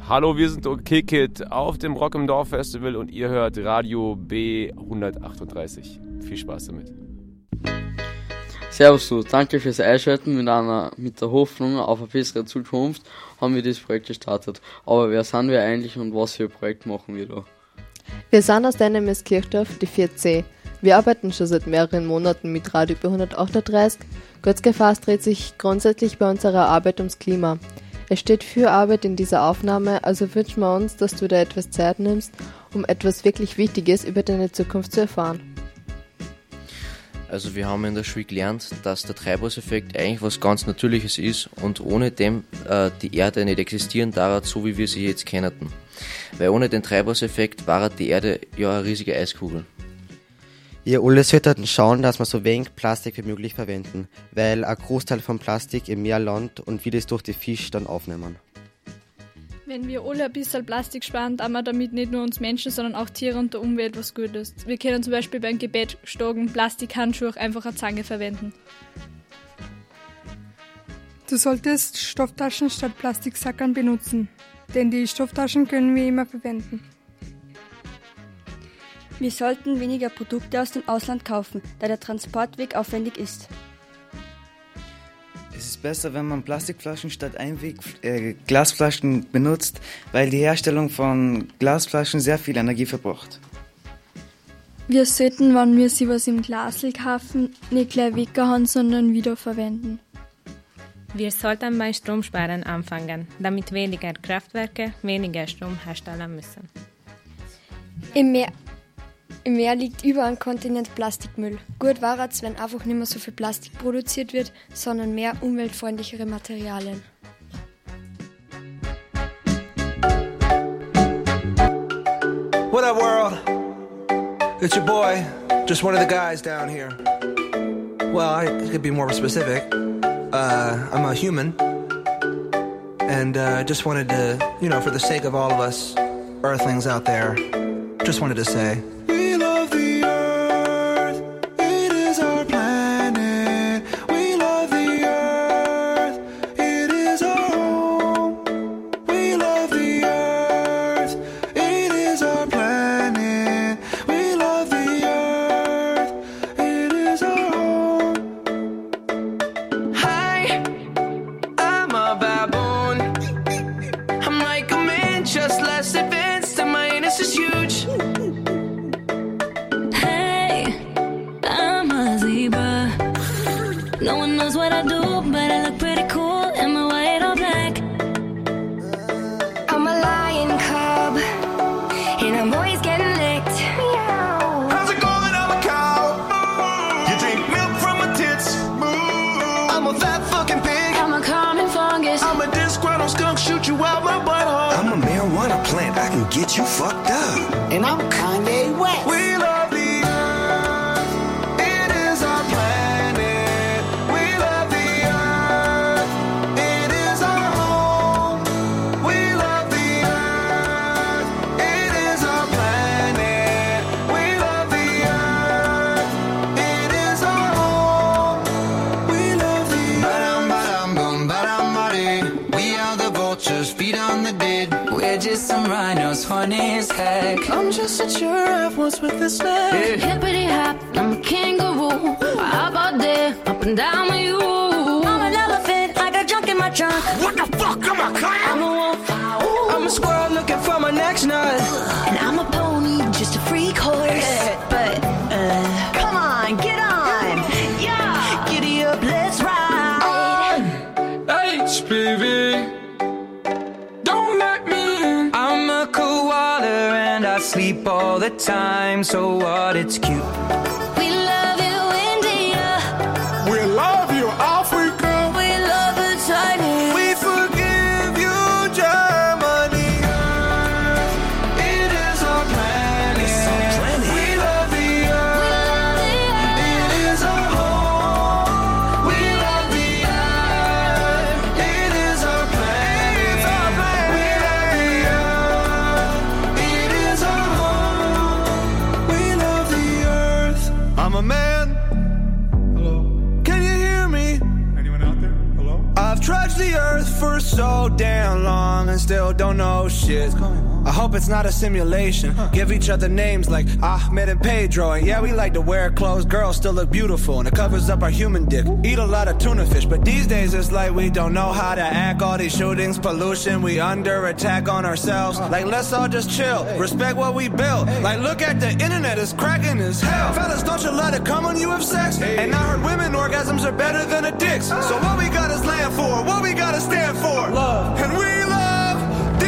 Hallo, wir sind OK Kid auf dem Rock im Dorf Festival und ihr hört Radio B138. Viel Spaß damit. Servus du, danke fürs Einschalten. Mit der Hoffnung auf eine bessere Zukunft haben wir das Projekt gestartet. Aber wer sind wir eigentlich und was für ein Projekt machen wir da? Wir sind aus der NMS Kirchdorf, die 4C. Wir arbeiten schon seit mehreren Monaten mit Radio B138. Kurz gefasst dreht sich grundsätzlich bei unserer Arbeit ums Klima. Es steht viel Arbeit in dieser Aufnahme, also wünschen wir uns, dass du da etwas Zeit nimmst, um etwas wirklich Wichtiges über deine Zukunft zu erfahren. Also wir haben in der Schule gelernt, dass der Treibhauseffekt eigentlich was ganz Natürliches ist und ohne dem die Erde nicht existieren darf, so wie wir sie jetzt kennen. Weil ohne den Treibhauseffekt war die Erde ja eine riesige Eiskugel. Ihr alle solltet schauen, dass wir so wenig Plastik wie möglich verwenden, weil ein Großteil von Plastik im Meer landet und wir das durch die Fische dann aufnehmen. Wenn wir alle ein bisschen Plastik sparen, dann wir damit nicht nur uns Menschen, sondern auch Tiere und der Umwelt was Gutes. Wir können zum Beispiel beim Gebet stogen Plastikhandschuhe einfach eine Zange verwenden. Du solltest Stofftaschen statt Plastiksackern benutzen, denn die Stofftaschen können wir immer verwenden. Wir sollten weniger Produkte aus dem Ausland kaufen, da der Transportweg aufwendig ist. Es ist besser, wenn man Plastikflaschen statt Glasflaschen benutzt, weil die Herstellung von Glasflaschen sehr viel Energie verbraucht. Wir sollten, wenn wir sie was im Glasl kaufen, nicht gleich weghauen, sondern wiederverwenden. Wir sollten beim Stromsparen anfangen, damit weniger Kraftwerke weniger Strom herstellen müssen. Im Meer liegt über einem Kontinent Plastikmüll. Gut wäre es, wenn einfach nicht mehr so viel Plastik produziert wird, sondern mehr umweltfreundlichere Materialien. What up, world? It's your boy, just one of the guys down here. Well, I could be more specific. I'm a human, and just wanted to, for the sake of all of us Earthlings out there, just wanted to say, we love the Earth, it is our planet. We love the Earth, it is our home. We love the Earth, it is our planet. We love the Earth, it is our home. Hi, I'm a baboon. I'm like a man, just less advanced, and my anus is huge. No one knows what I do, but I look pretty cool in my white or black. I'm a lion cub, and I'm always getting licked. How's it going? I'm a cow. You drink milk from my tits. I'm a fat fucking pig. I'm a common fungus. I'm a disgruntled skunk, shoot you out my butthole. I'm a marijuana plant, I can get you fucked up. And I'm Kanye West. We love the Earth, it is our planet. We love the Earth, it is our home. We love the Earth, it is our planet. We love the Earth, it is our home. We love the Earth. Ba-dum, boom, ba-dum, body. We are the vultures, feet on the dead. We're just some rhinos, funny as heck. I'm just a giraffe once with a snack. Hippity hop, I'm a kangaroo. How about that? Up and down with you. I'm an elephant, I got junk in my trunk. What the fuck? I'm a clown. I'm a wolf. I'm a squirrel looking for my next nut. And I'm a pony, just a freak horse. But, come on, get on. Yeah, giddy up, let's ride. HPV, don't let me in. I'm a koala and I sleep all the time, so what, it's cute. We love you, India. We love you, Africa. We love the Chinese. We forgive you, Germany. It is our planet. We love the Earth. It is our home. We love the Earth. It is our planet. We love the Earth. It is our home. We love the Earth. young and still don't know shit. I hope it's not a simulation. Give each other names like Ahmed and Pedro. And yeah, we like to wear clothes, girls still look beautiful. And it covers up our human dick. Eat a lot of tuna fish, but these days it's like we don't know how to act. All these shootings, pollution, we under attack on ourselves. Like let's all just chill, respect what we built. Like look at the internet, it's cracking as hell. Fellas, don't you let it come when you have sex. And I heard women orgasms are better than a dick's. So what we got is land for, what we gotta stand for. Love. And we love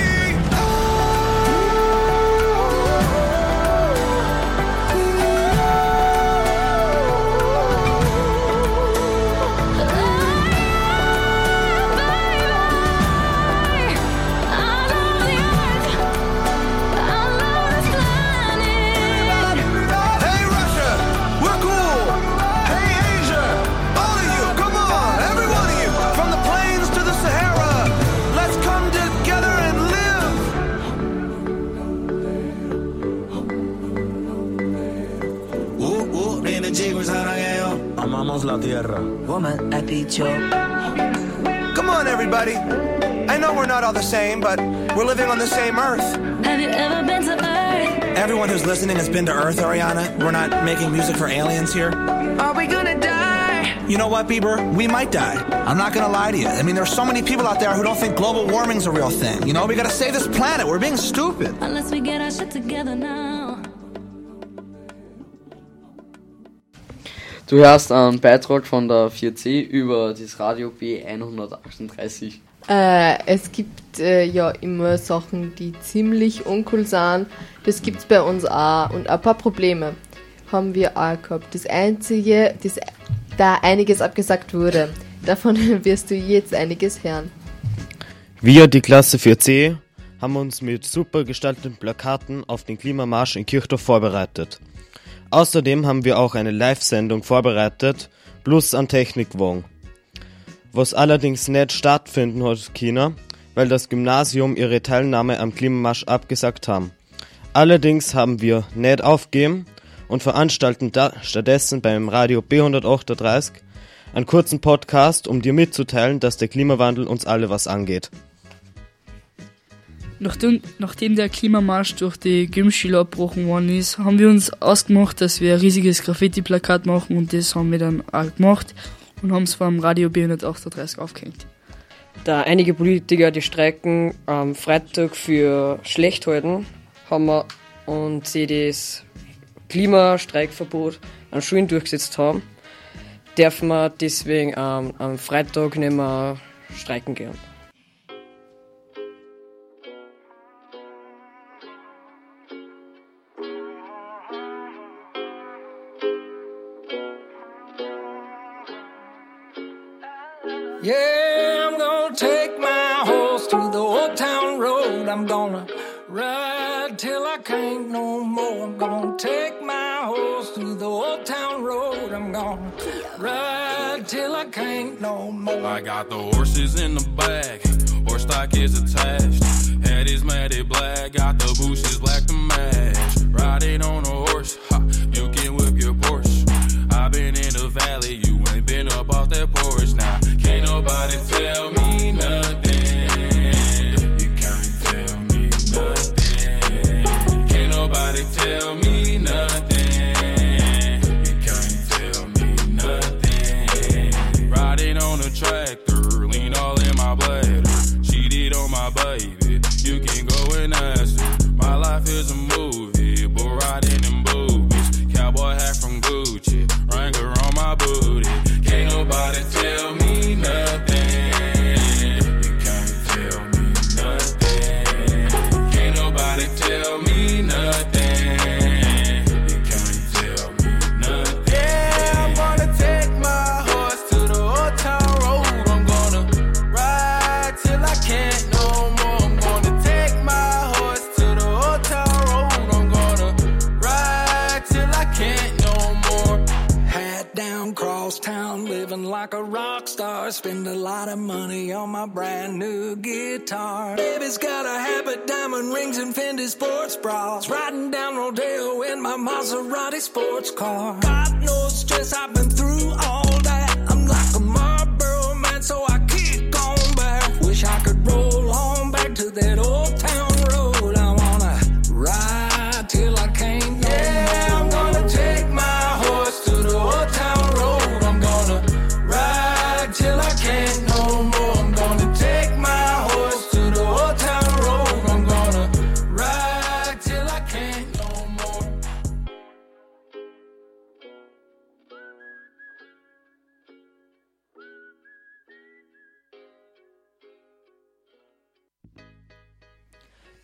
Amamos la tierra. Woman ha dicho. Come on, everybody. I know we're not all the same, but we're living on the same Earth. Have you ever been to Earth? Everyone who's listening has been to Earth, Ariana. We're not making music for aliens here. Are we gonna die? You know what, Bieber? We might die. I'm not gonna lie to you. I mean, there's so many people out there who don't think global warming's a real thing. You know, we gotta save this planet. We're being stupid. Unless we get our shit together now. Du hörst einen Beitrag von der 4C über das Radio B138. Es gibt ja immer Sachen, die ziemlich uncool sind. Das gibt's bei uns auch. Und ein paar Probleme haben wir auch gehabt. Das Einzige, da einiges abgesagt wurde. Davon wirst du jetzt einiges hören. Wir, die Klasse 4C, haben uns mit super gestalteten Plakaten auf den Klimamarsch in Kirchdorf vorbereitet. Außerdem haben wir auch eine Live-Sendung vorbereitet, plus an Technikwagen. Was allerdings nicht stattfinden hat, China, weil das Gymnasium ihre Teilnahme am Klimamarsch abgesagt haben. Allerdings haben wir nicht aufgegeben und veranstalten stattdessen beim Radio B138 einen kurzen Podcast, um dir mitzuteilen, dass der Klimawandel uns alle was angeht. Nachdem der Klimamarsch durch die Gymschüler abgebrochen worden ist, haben wir uns ausgemacht, dass wir ein riesiges Graffiti-Plakat machen und das haben wir dann auch gemacht und haben es vom Radio B138 aufgehängt. Da einige Politiker die Streiken am Freitag für schlecht halten, haben wir und sie das Klimastreikverbot an Schulen durchgesetzt haben, dürfen wir deswegen am Freitag nicht mehr streiken gehen. Yeah, I'm gonna take my horse to the old town road. I'm gonna ride till I can't no more. I'm gonna take my horse to the old town road. I'm gonna ride till I can't no more. I got the horses in the back, horse stock is attached. Head is matted black, got the bushes black to match. Riding on a horse, ha, you can whip your Porsche. I've been in the valley, you ain't been up off that porch now. Can't nobody tell me nothing. You can't tell me nothing. Can't nobody tell me nothing. You can't tell me nothing. Riding on a tractor, lean all in my bladder. Cheated on my baby, you can go and ask her. My life is a movie, bull riding in boobies. Cowboy hat from Gucci, Wrangler on my booty. Can't nobody tell me nothing. You can't tell me nothing. Can't nobody tell me nothing. You can't tell me nothing. Yeah, I'm gonna take my horse to the old town road. I'm gonna ride till I can't no more. I'm gonna take my horse to the old town road. I'm gonna ride till I can't no more. Hat down, cross town, living like a rock star. Spend a lot of money on my brand new guitar. Baby's got a habit, diamond rings and Fendi sports bras. Riding down Rodeo in my Maserati sports car. Got no stress, I've been through all that. I'm like a Marlboro man, so I kick on back. Wish I could roll on back to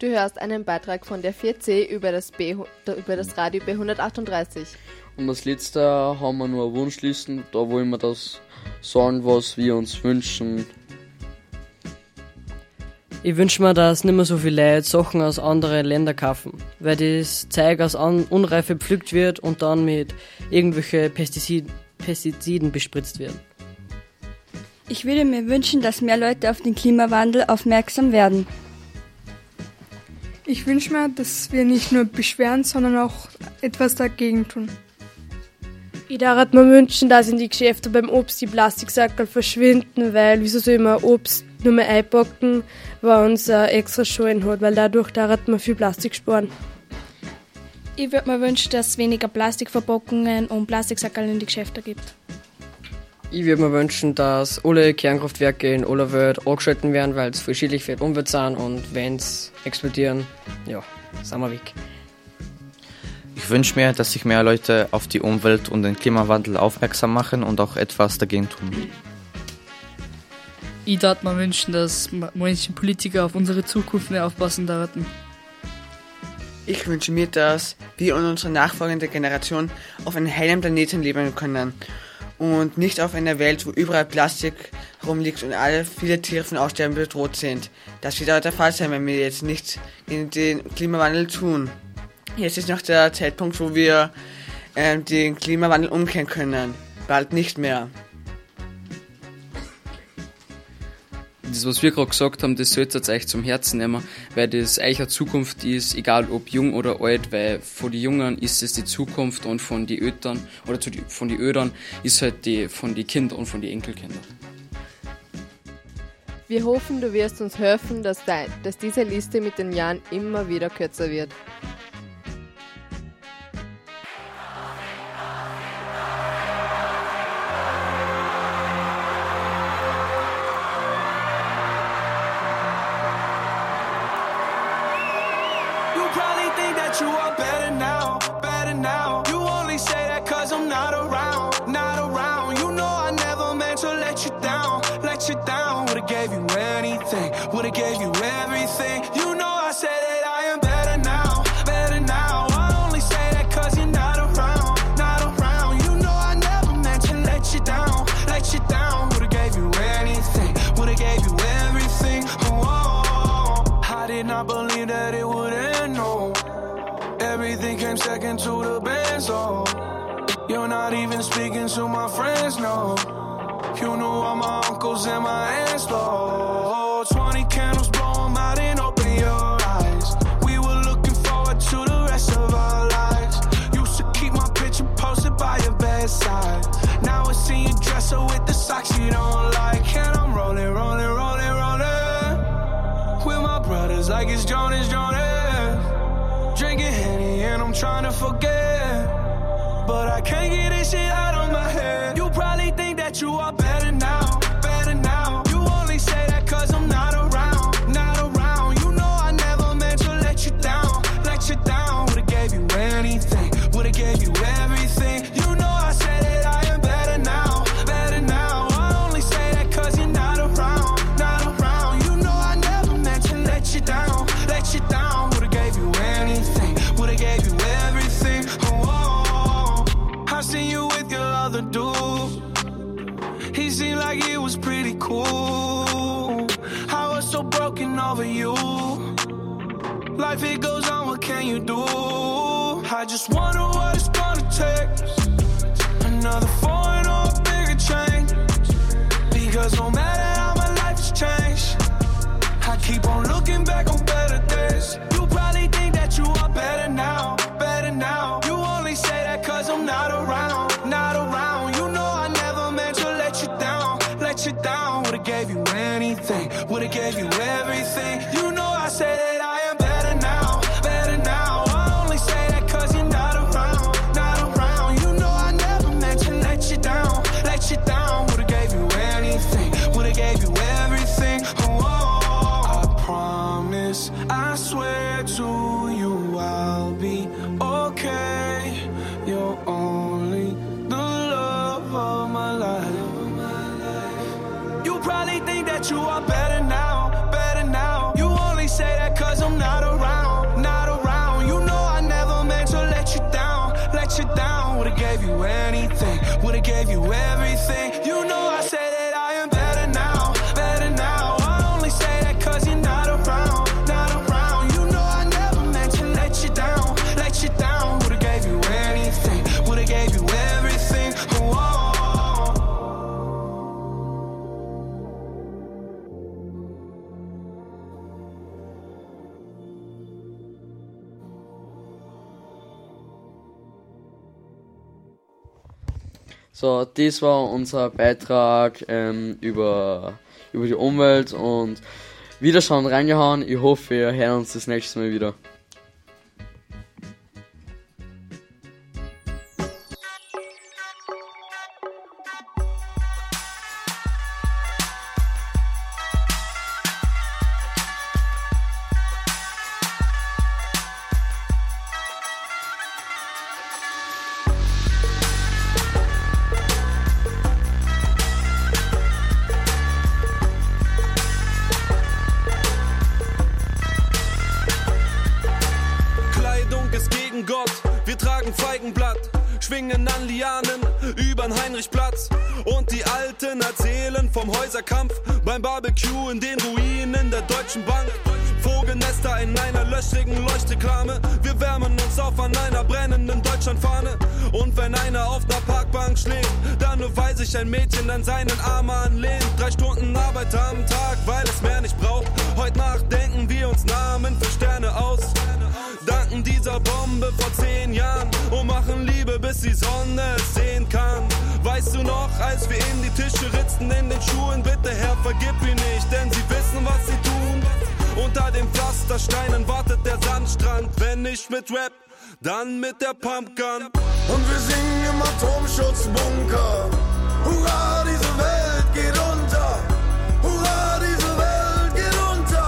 Du hörst einen Beitrag von der 4C über das Radio B138. Und als letzter haben wir nur eine Wunschliste, da wollen wir das sagen, was wir uns wünschen. Ich wünsche mir, dass nicht mehr so viele Leute Sachen aus anderen Ländern kaufen, weil das Zeug aus Unreife gepflückt wird und dann mit irgendwelchen Pestiziden bespritzt wird. Ich würde mir wünschen, dass mehr Leute auf den Klimawandel aufmerksam werden. Ich wünsche mir, dass wir nicht nur beschweren, sondern auch etwas dagegen tun. Ich darf mir wünschen, dass in die Geschäfte beim Obst die Plastiksackerl verschwinden, weil wieso soll man Obst nur mehr einpacken, wenn uns extra Schalen hat, weil dadurch darf man viel Plastik sparen. Ich würde mir wünschen, dass es weniger Plastikverpackungen und Plastiksackerl in die Geschäfte gibt. Ich würde mir wünschen, dass alle Kernkraftwerke in aller Welt angeschalten werden, weil es voll schädlich für die Umwelt sind und wenn sie explodieren, ja, sind wir weg. Ich wünsche mir, dass sich mehr Leute auf die Umwelt und den Klimawandel aufmerksam machen und auch etwas dagegen tun. Ich darf mir wünschen, dass manche Politiker auf unsere Zukunft nicht aufpassen dürfen. Ich wünsche mir, dass wir und unsere nachfolgende Generation auf einem heilen Planeten leben können und nicht auf einer Welt, wo überall Plastik rumliegt und viele Tiere von Aussterben bedroht sind. Das wird auch der Fall sein, wenn wir jetzt nichts gegen den Klimawandel tun. Jetzt ist noch der Zeitpunkt, wo wir den Klimawandel umkehren können. Bald nicht mehr. Das, was wir gerade gesagt haben, das solltet ihr euch zum Herzen nehmen, weil das euch eine Zukunft ist, egal ob jung oder alt, weil von den Jungen ist es die Zukunft und von den Eltern oder von den Eltern ist halt die von den Kindern und von den Enkelkindern. Wir hoffen, du wirst uns helfen, dass diese Liste mit den Jahren immer wieder kürzer wird. You are better now, better now. You only say that cause I'm not around, not around. You know I never meant to let you down, let you down. Would've gave you anything, would've gave you everything. You know I said that I am better now, better now. I only say that cause you're not around, not around. You know I never meant to let you down, let you down. Would've gave you anything, would've gave you everything. Oh, I did not believe that it would end, no. Everything came second to the band, so you're not even speaking to my friends, no. You knew all my uncles and my aunts, Lord. 20 candles, blow them out and open your eyes. We were looking forward to the rest of our lives. Used to keep my picture posted by your bedside. Now I see you dresser with the socks you don't like. And I'm rolling, rolling, rolling, rolling with my brothers like it's Jonas, Jonas. Drinking Henny and I'm trying to forget, but I can't get this shit out of my head. You probably think that you are better now, better now. You only say that cause I'm not around, not around. You know I never meant to let you down, let you down. Would've gave you anything, would've gave you everything. You know I said that I am better now, better now. I only say that cause you're not around, not around. You know I never meant to let you down, let you down. Would've gave you anything, would've gave you everything. Oh, I seen you with your other dude. He seemed like he was pretty cool. I was so broken over you. Life it goes on, what can you do? I just wonder what it's gonna take. Another foreign or a bigger change. Because no matter how my life has changed, I keep on looking back on better days. You probably think that you are better now, better now. You only say that cause I'm not around, not around. You know I never meant to let you down, let you down. Would've gave you anything, would've gave you everything. You know I say that I am better now, better now. I only say that cause you're not around, not around. You know I never meant to let you down, let you down. Would've gave you anything, would've gave you everything. Oh, I promise, I swear to you I'll be okay. You're only the love of my life. You probably think that you are better now, better now. You only say that cause I'm not around. So, das war unser Beitrag über die Umwelt und wieder schauen reingehauen. Ich hoffe, wir hören uns das nächste Mal wieder. Wir tragen Feigenblatt, schwingen an Lianen übern Heinrichplatz. Und die Alten erzählen vom Häuserkampf beim Barbecue in den Ruinen der Deutschen Bank. Vogelnester in einer löchrigen Leuchtreklame. Wir wärmen uns auf an einer brennenden Deutschlandfahne. Und wenn einer auf der Parkbank schläft, dann nur weil sich ein Mädchen an seinen Arm anlehnt. 3 Stunden Arbeit am Tag, weil es mehr nicht braucht. Heute Nacht denken wir uns Namen für Sterne aus. Danken dieser Bombe vor 10 Jahren und machen Liebe, bis die Sonne es sehen kann. Weißt du noch, als wir in die Tische ritzten in den Schuhen? Bitte Herr, vergib ihn nicht, denn sie wissen, was sie tun. Unter den Pflastersteinen wartet der Sandstrand. Wenn nicht mit Rap, dann mit der Pumpgun. Und wir singen im Atomschutzbunker. Hurra, diese Welt geht unter. Hurra, diese Welt geht unter.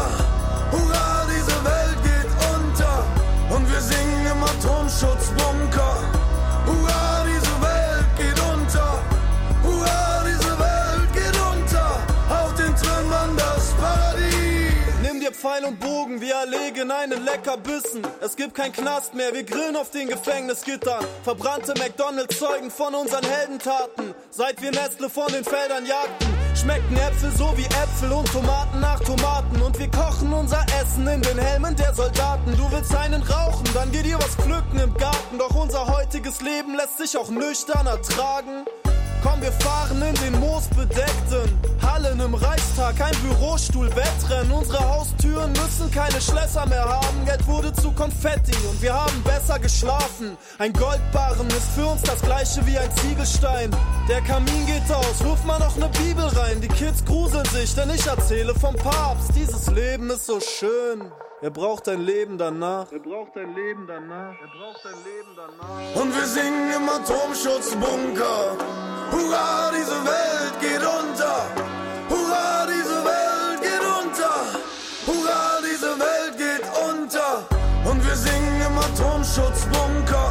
Hurra, diese Welt geht unter. Und wir singen im Atomschutzbunker. Hurra, diese Welt geht unter. Hurra, diese Welt geht unter. Auf den Trümmern das Paradies. Nimm dir Pfeil und Bogen, wir erlegen einen Leckerbissen. Es gibt kein Knast mehr, wir grillen auf den Gefängnisgittern. Verbrannte McDonalds zeugen von unseren Heldentaten. Seit wir Nestle von den Feldern jagten, schmeckten Äpfel so wie Äpfel und Tomaten nach Tomaten. Und wir kochen unser Essen in den Helmen der Soldaten. Du willst einen rauchen, dann geh dir was pflücken im Garten. Doch unser heutiges Leben lässt sich auch nüchtern ertragen. Komm, wir fahren in den moosbedeckten Hallen im Reichstag, ein Bürostuhl, Wettrennen. Unsere Haustüren müssen keine Schlösser mehr haben. Geld wurde zu Konfetti und wir haben besser geschlafen. Ein Goldbarren ist für uns das gleiche wie ein Ziegelstein. Der Kamin geht aus, wirf mal noch ne Bibel rein. Die Kids gruseln sich, denn ich erzähle vom Papst. Dieses Leben ist so schön. Er braucht ein Leben danach. Er braucht ein Leben danach. Er braucht ein Leben danach. Und wir singen im Atomschutzbunker. Hurra, diese Welt geht unter. Hurra, diese Welt geht unter. Hurra, diese Welt geht unter. Und wir singen im Atomschutzbunker.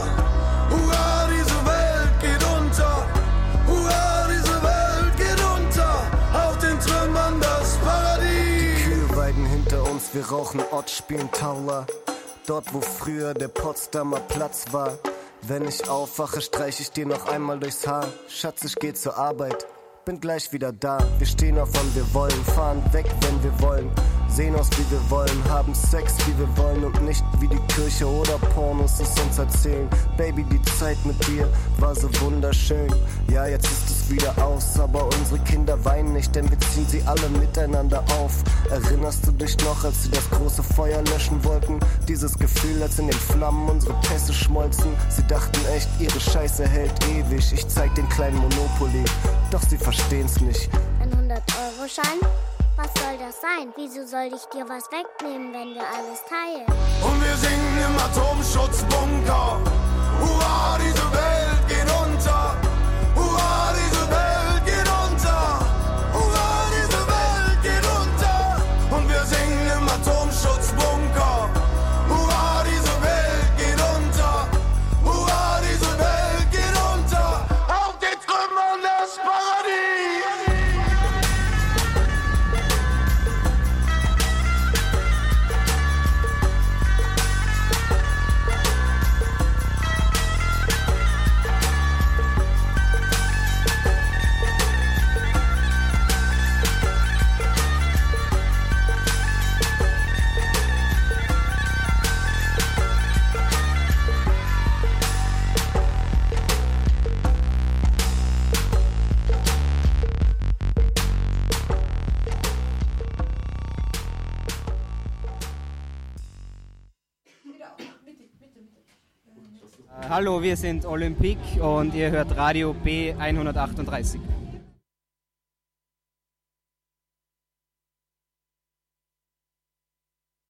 Hurra, diese Welt geht unter. Hurra, diese Welt geht unter. Auf den Trümmern das Paradies. Die Kühe weiden hinter uns, wir rauchen Ott, spielen Taula. Dort, wo früher der Potsdamer Platz war. Wenn ich aufwache, streich ich dir noch einmal durchs Haar. Schatz, ich geh zur Arbeit, bin gleich wieder da. Wir stehen auf, wann wir wollen, fahren weg, wenn wir wollen. Sehen aus, wie wir wollen, haben Sex, wie wir wollen. Und nicht wie die Kirche oder Pornos es uns erzählen. Baby, die Zeit mit dir war so wunderschön. Ja, jetzt ist es wieder aus, aber unsere Kinder weinen nicht, denn wir ziehen sie alle miteinander auf. Erinnerst du dich noch, als sie das große Feuer löschen wollten? Dieses Gefühl, als in den Flammen unsere Pässe schmolzen. Sie dachten echt, ihre Scheiße hält ewig. Ich zeig den kleinen Monopoly, doch sie verstehen's nicht. Ein 100-Euro-Schein? Was soll das sein? Wieso soll ich dir was wegnehmen, wenn wir alles teilen? Und wir singen im Atomschutzbunker. Hurra, diese Welt geht unter. Hurra, diese Welt geht unter. Hurra, diese Welt geht unter. Und wir singen im Atomschutzbunker. Hurra, diese Welt geht unter. Hurra, diese Welt geht unter. Auf den Trümmern das Paradies. Hallo, wir sind Olympique und ihr hört Radio B138.